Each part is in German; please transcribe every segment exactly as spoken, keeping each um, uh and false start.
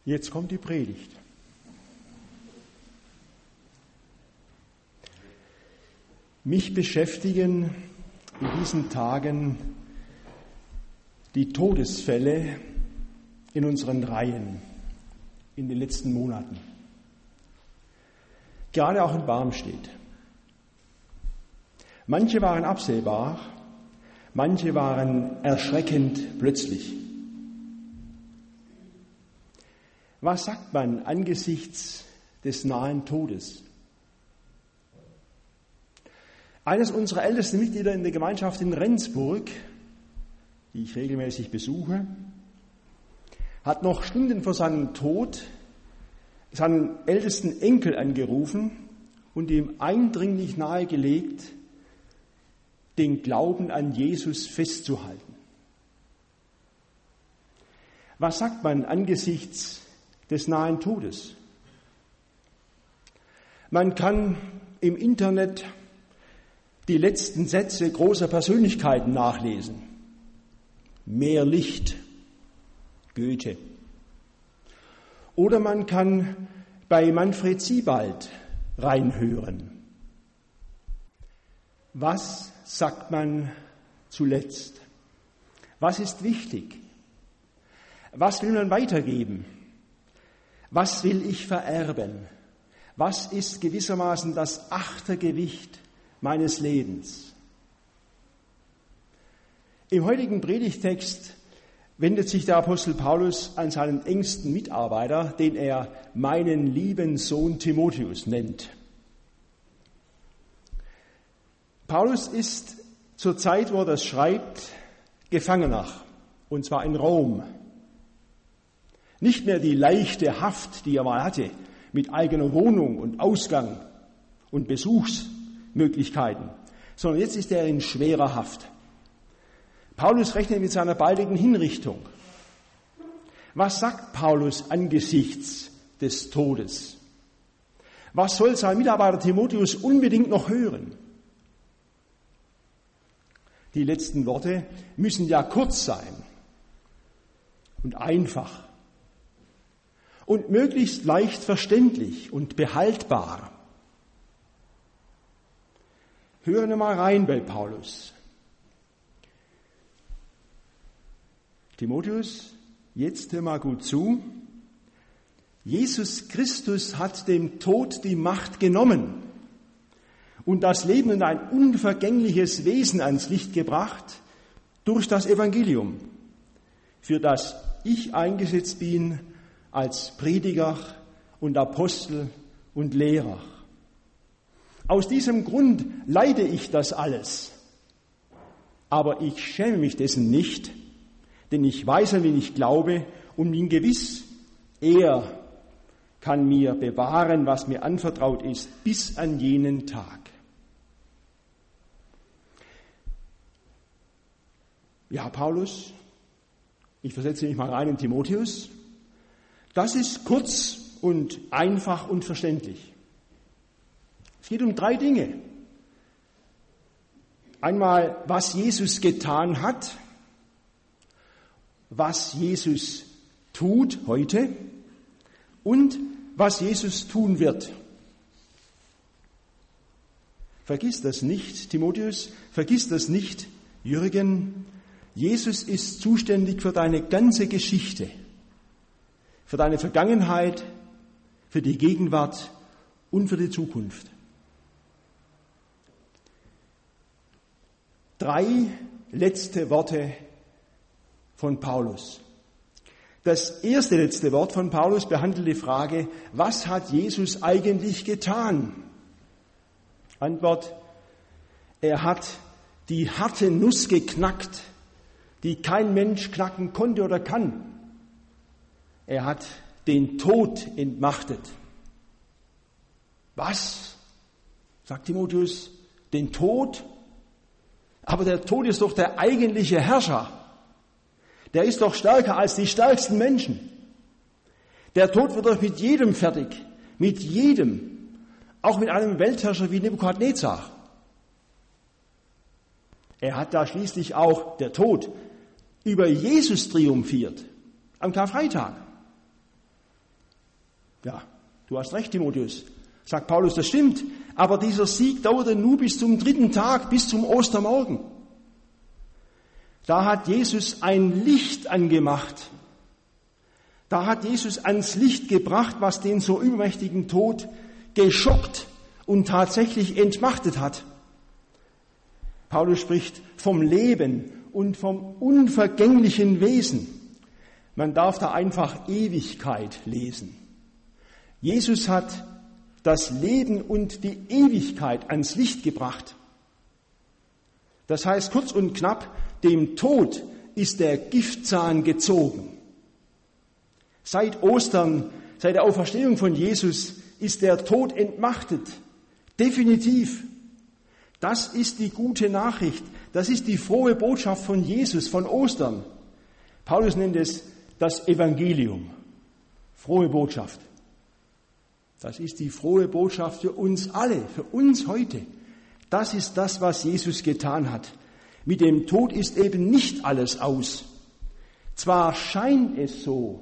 Jetzt kommt die Predigt. Mich beschäftigen in diesen Tagen die Todesfälle in unseren Reihen in den letzten Monaten. Gerade auch in Barmstedt. Manche waren absehbar, manche waren erschreckend plötzlich. Was sagt man angesichts des nahen Todes? Eines unserer ältesten Mitglieder in der Gemeinschaft in Rendsburg, die ich regelmäßig besuche, hat noch Stunden vor seinem Tod seinen ältesten Enkel angerufen und ihm eindringlich nahegelegt, den Glauben an Jesus festzuhalten. Was sagt man angesichts des nahen Todes? Man kann im Internet die letzten Sätze großer Persönlichkeiten nachlesen. Mehr Licht, Goethe. Oder man kann bei Manfred Siebald reinhören. Was sagt man zuletzt? Was ist wichtig? Was will man weitergeben? Was will ich vererben? Was ist gewissermaßen das Achtergewicht meines Lebens? Im heutigen Predigtext wendet sich der Apostel Paulus an seinen engsten Mitarbeiter, den er meinen lieben Sohn Timotheus nennt. Paulus ist zur Zeit, wo er das schreibt, Gefangener, und zwar in Rom. Nicht mehr die leichte Haft, die er mal hatte, mit eigener Wohnung und Ausgang und Besuchsmöglichkeiten, sondern jetzt ist er in schwerer Haft. Paulus rechnet mit seiner baldigen Hinrichtung. Was sagt Paulus angesichts des Todes? Was soll sein Mitarbeiter Timotheus unbedingt noch hören? Die letzten Worte müssen ja kurz sein und einfach und möglichst leicht verständlich und behaltbar. Hören wir mal rein bei Paulus. Timotheus, jetzt hör mal gut zu. Jesus Christus hat dem Tod die Macht genommen und das Leben in ein unvergängliches Wesen ans Licht gebracht durch das Evangelium, für das ich eingesetzt bin als Prediger und Apostel und Lehrer. Aus diesem Grund leide ich das alles, aber ich schäme mich dessen nicht, denn ich weiß, an wen ich glaube und bin gewiss, er kann mir bewahren, was mir anvertraut ist, bis an jenen Tag. Ja, Paulus, ich versetze mich mal rein in Timotheus, das ist kurz und einfach und verständlich. Es geht um drei Dinge. Einmal, was Jesus getan hat, was Jesus tut heute und was Jesus tun wird. Vergiss das nicht, Timotheus, vergiss das nicht, Jürgen. Jesus ist zuständig für deine ganze Geschichte, für deine Vergangenheit, für die Gegenwart und für die Zukunft. Drei letzte Worte von Paulus. Das erste letzte Wort von Paulus behandelt die Frage, was hat Jesus eigentlich getan? Antwort, er hat die harte Nuss geknackt, die kein Mensch knacken konnte oder kann. Er hat den Tod entmachtet. Was? Sagt Timotheus, den Tod? Aber der Tod ist doch der eigentliche Herrscher. Der ist doch stärker als die stärksten Menschen. Der Tod wird doch mit jedem fertig, mit jedem, auch mit einem Weltherrscher wie Nebukadnezar. Er hat da schließlich auch, der Tod, über Jesus triumphiert, am Karfreitag. Ja, du hast recht, Timotheus, sagt Paulus, das stimmt, aber dieser Sieg dauerte nur bis zum dritten Tag, bis zum Ostermorgen. Da hat Jesus ein Licht angemacht. Da hat Jesus ans Licht gebracht, was den so übermächtigen Tod geschockt und tatsächlich entmachtet hat. Paulus spricht vom Leben und vom unvergänglichen Wesen. Man darf da einfach Ewigkeit lesen. Jesus hat das Leben und die Ewigkeit ans Licht gebracht. Das heißt kurz und knapp, dem Tod ist der Giftzahn gezogen. Seit Ostern, seit der Auferstehung von Jesus ist der Tod entmachtet. Definitiv. Das ist die gute Nachricht. Das ist die frohe Botschaft von Jesus, von Ostern. Paulus nennt es das Evangelium. Frohe Botschaft. Das ist die frohe Botschaft für uns alle, für uns heute. Das ist das, was Jesus getan hat. Mit dem Tod ist eben nicht alles aus. Zwar scheint es so,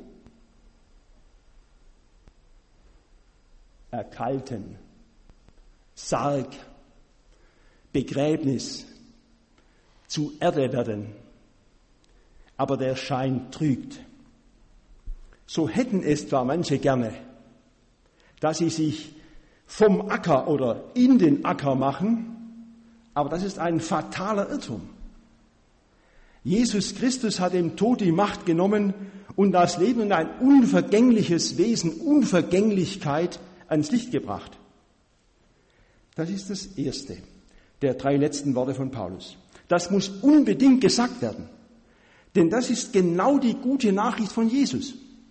Erkalten, Sarg, Begräbnis, zu Erde werden, aber der Schein trügt. So hätten es zwar manche gerne, dass sie sich vom Acker oder in den Acker machen, aber das ist ein fataler Irrtum. Jesus Christus hat dem Tod die Macht genommen und das Leben in ein unvergängliches Wesen, Unvergänglichkeit ans Licht gebracht. Das ist das Erste der drei letzten Worte von Paulus. Das muss unbedingt gesagt werden, denn das ist genau die gute Nachricht von Jesus.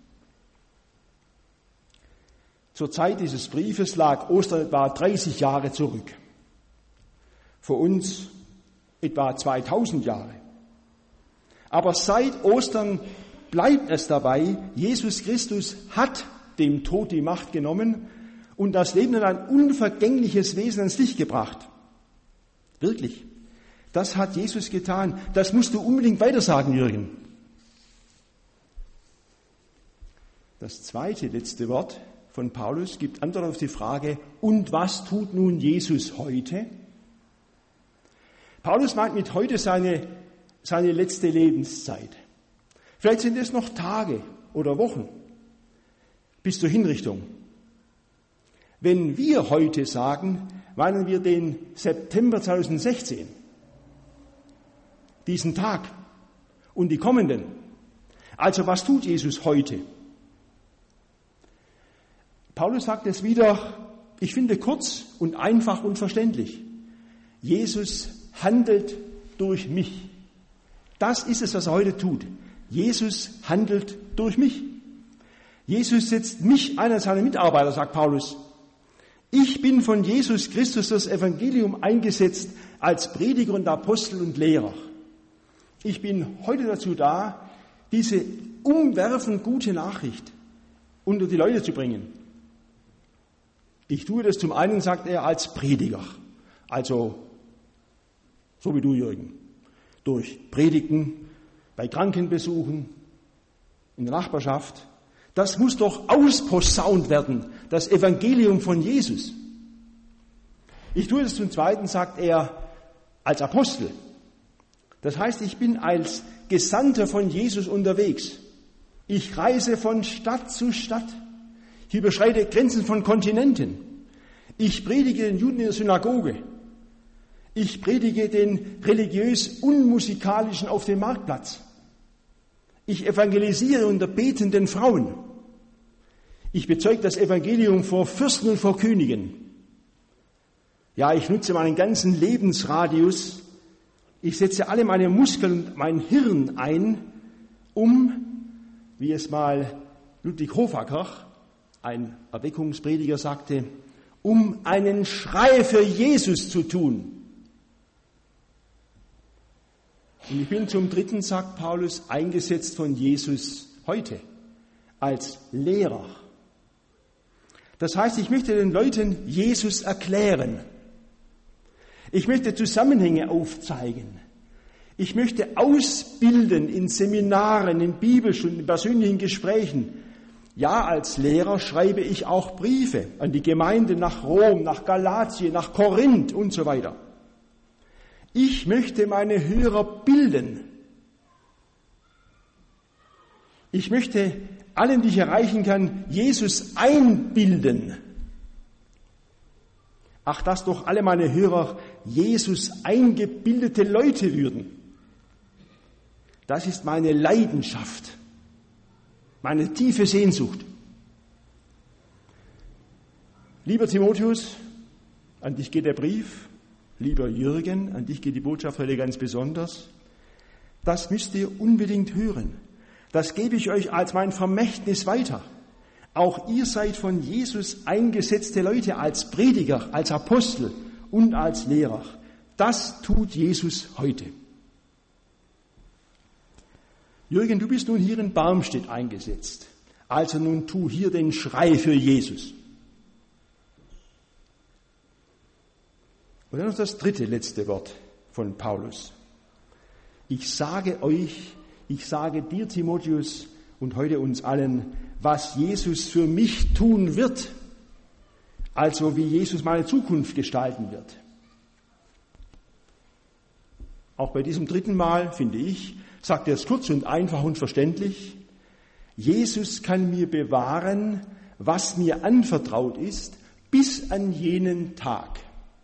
Zur Zeit dieses Briefes lag Ostern etwa dreißig Jahre zurück. Für uns etwa zweitausend Jahre. Aber seit Ostern bleibt es dabei, Jesus Christus hat dem Tod die Macht genommen und das Leben in ein unvergängliches Wesen ans Licht gebracht. Wirklich. Das hat Jesus getan. Das musst du unbedingt weitersagen, Jürgen. Das zweite, letzte Wort von Paulus gibt Antwort auf die Frage, und was tut nun Jesus heute? Paulus meint mit heute seine, seine letzte Lebenszeit. Vielleicht sind es noch Tage oder Wochen bis zur Hinrichtung. Wenn wir heute sagen, meinen wir den September zweitausendsechzehn, diesen Tag und die kommenden. Also was tut Jesus heute? Paulus sagt es wieder, ich finde kurz und einfach und verständlich. Jesus handelt durch mich. Das ist es, was er heute tut. Jesus handelt durch mich. Jesus setzt mich ein als seine Mitarbeiter, sagt Paulus. Ich bin von Jesus Christus das Evangelium eingesetzt als Prediger und Apostel und Lehrer. Ich bin heute dazu da, diese umwerfend gute Nachricht unter die Leute zu bringen. Ich tue das zum einen, sagt er, als Prediger, also so wie du, Jürgen, durch Predigten, bei Krankenbesuchen, in der Nachbarschaft. Das muss doch ausposaunt werden, das Evangelium von Jesus. Ich tue das zum Zweiten, sagt er, als Apostel. Das heißt, ich bin als Gesandter von Jesus unterwegs. Ich reise von Stadt zu Stadt. Ich überschreite Grenzen von Kontinenten. Ich predige den Juden in der Synagoge. Ich predige den religiös Unmusikalischen auf dem Marktplatz. Ich evangelisiere unter betenden Frauen. Ich bezeuge das Evangelium vor Fürsten und vor Königen. Ja, ich nutze meinen ganzen Lebensradius. Ich setze alle meine Muskeln und mein Hirn ein, um, wie es mal Ludwig Hofacker, ein Erweckungsprediger, sagte, um einen Schrei für Jesus zu tun. Und ich bin zum Dritten, sagt Paulus, eingesetzt von Jesus heute als Lehrer. Das heißt, ich möchte den Leuten Jesus erklären. Ich möchte Zusammenhänge aufzeigen. Ich möchte ausbilden in Seminaren, in Bibelstunden, in persönlichen Gesprächen. Ja, als Lehrer schreibe ich auch Briefe an die Gemeinde nach Rom, nach Galatien, nach Korinth und so weiter. Ich möchte meine Hörer bilden. Ich möchte allen, die ich erreichen kann, Jesus einbilden. Ach, dass doch alle meine Hörer Jesus eingebildete Leute würden. Das ist meine Leidenschaft, meine tiefe Sehnsucht. Lieber Timotheus, an dich geht der Brief. Lieber Jürgen, an dich geht die Botschaft heute ganz besonders. Das müsst ihr unbedingt hören. Das gebe ich euch als mein Vermächtnis weiter. Auch ihr seid von Jesus eingesetzte Leute als Prediger, als Apostel und als Lehrer. Das tut Jesus heute. Jürgen, du bist nun hier in Barmstedt eingesetzt. Also nun tu hier den Schrei für Jesus. Und dann noch das dritte, letzte Wort von Paulus. Ich sage euch, ich sage dir, Timotheus, und heute uns allen, was Jesus für mich tun wird, also wie Jesus meine Zukunft gestalten wird. Auch bei diesem dritten Mal, finde ich, sagt er es kurz und einfach und verständlich, Jesus kann mir bewahren, was mir anvertraut ist, bis an jenen Tag.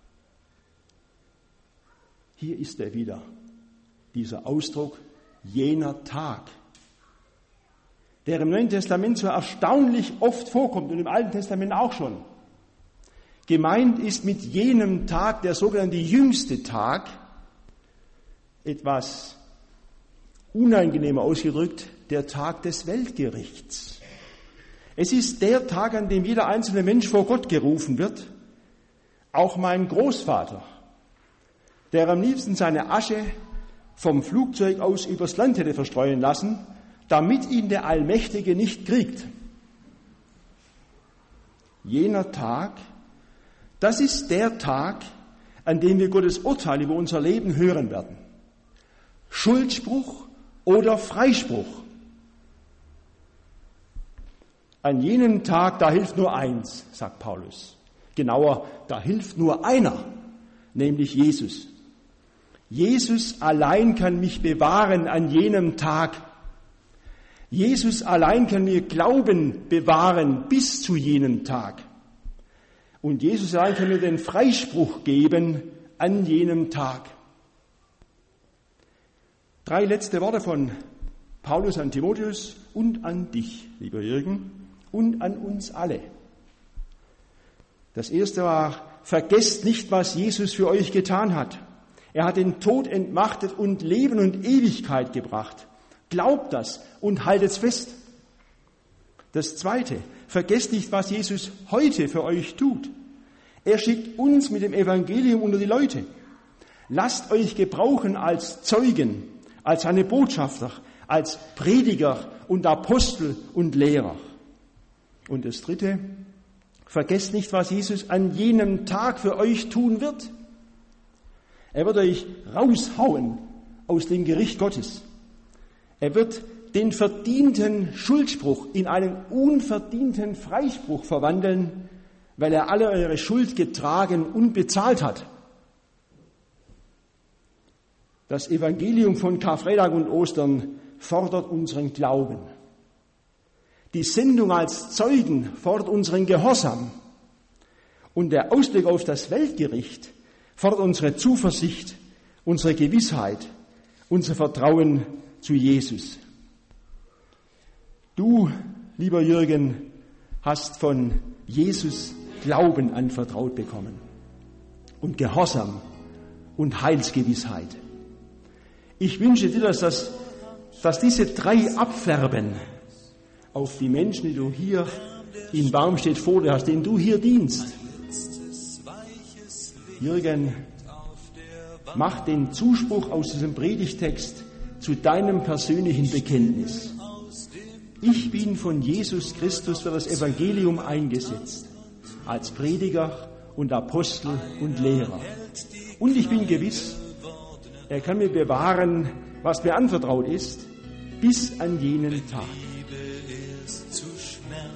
Hier ist er wieder, dieser Ausdruck, jener Tag, der im Neuen Testament so erstaunlich oft vorkommt und im Alten Testament auch schon. Gemeint ist mit jenem Tag der sogenannte jüngste Tag, etwas unangenehmer ausgedrückt, der Tag des Weltgerichts. Es ist der Tag, an dem jeder einzelne Mensch vor Gott gerufen wird. Auch mein Großvater, der am liebsten seine Asche vom Flugzeug aus übers Land hätte verstreuen lassen, damit ihn der Allmächtige nicht kriegt. Jener Tag, das ist der Tag, an dem wir Gottes Urteil über unser Leben hören werden. Schuldspruch oder Freispruch. An jenem Tag, da hilft nur eins, sagt Paulus. Genauer, da hilft nur einer, nämlich Jesus. Jesus allein kann mich bewahren an jenem Tag. Jesus allein kann mir Glauben bewahren bis zu jenem Tag. Und Jesus allein kann mir den Freispruch geben an jenem Tag. Drei letzte Worte von Paulus an Timotheus und an dich, lieber Jürgen, und an uns alle. Das erste war, vergesst nicht, was Jesus für euch getan hat. Er hat den Tod entmachtet und Leben und Ewigkeit gebracht. Glaubt das und haltet's fest. Das Zweite, vergesst nicht, was Jesus heute für euch tut. Er schickt uns mit dem Evangelium unter die Leute. Lasst euch gebrauchen als Zeugen, als seine Botschafter, als Prediger und Apostel und Lehrer. Und das Dritte, vergesst nicht, was Jesus an jenem Tag für euch tun wird. Er wird euch raushauen aus dem Gericht Gottes. Er wird den verdienten Schuldspruch in einen unverdienten Freispruch verwandeln, weil er alle eure Schuld getragen und bezahlt hat. Das Evangelium von Karfreitag und Ostern fordert unseren Glauben. Die Sendung als Zeugen fordert unseren Gehorsam. Und der Ausblick auf das Weltgericht fordert unsere Zuversicht, unsere Gewissheit, unser Vertrauen zu Jesus. Du, lieber Jürgen, hast von Jesus Glauben anvertraut bekommen und Gehorsam und Heilsgewissheit. Ich wünsche dir, dass, das, dass diese drei abfärben auf die Menschen, die du hier in Barmstedt vor dir hast, denen du hier dienst. Jürgen, mach den Zuspruch aus diesem Predigtext zu deinem persönlichen Bekenntnis. Ich bin von Jesus Christus für das Evangelium eingesetzt, als Prediger und Apostel und Lehrer. Und ich bin gewiss, er kann mir bewahren, was mir anvertraut ist, bis an jenen Tag. Liebe ist zu Schmerz.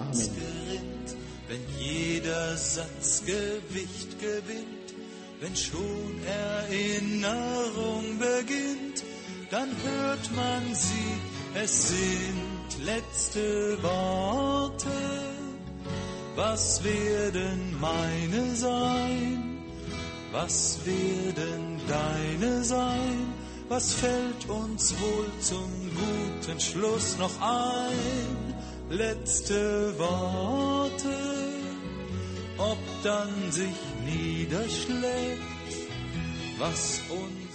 jeder Satz Gewicht gewinnt, wenn schon Erinnerung beginnt, dann hört man sie, es sind letzte Worte. Was werden meine sein? Was werden deine sein? Was fällt uns wohl zum guten Schluss noch ein? Letzte Worte, ob dann sich niederschlägt, was uns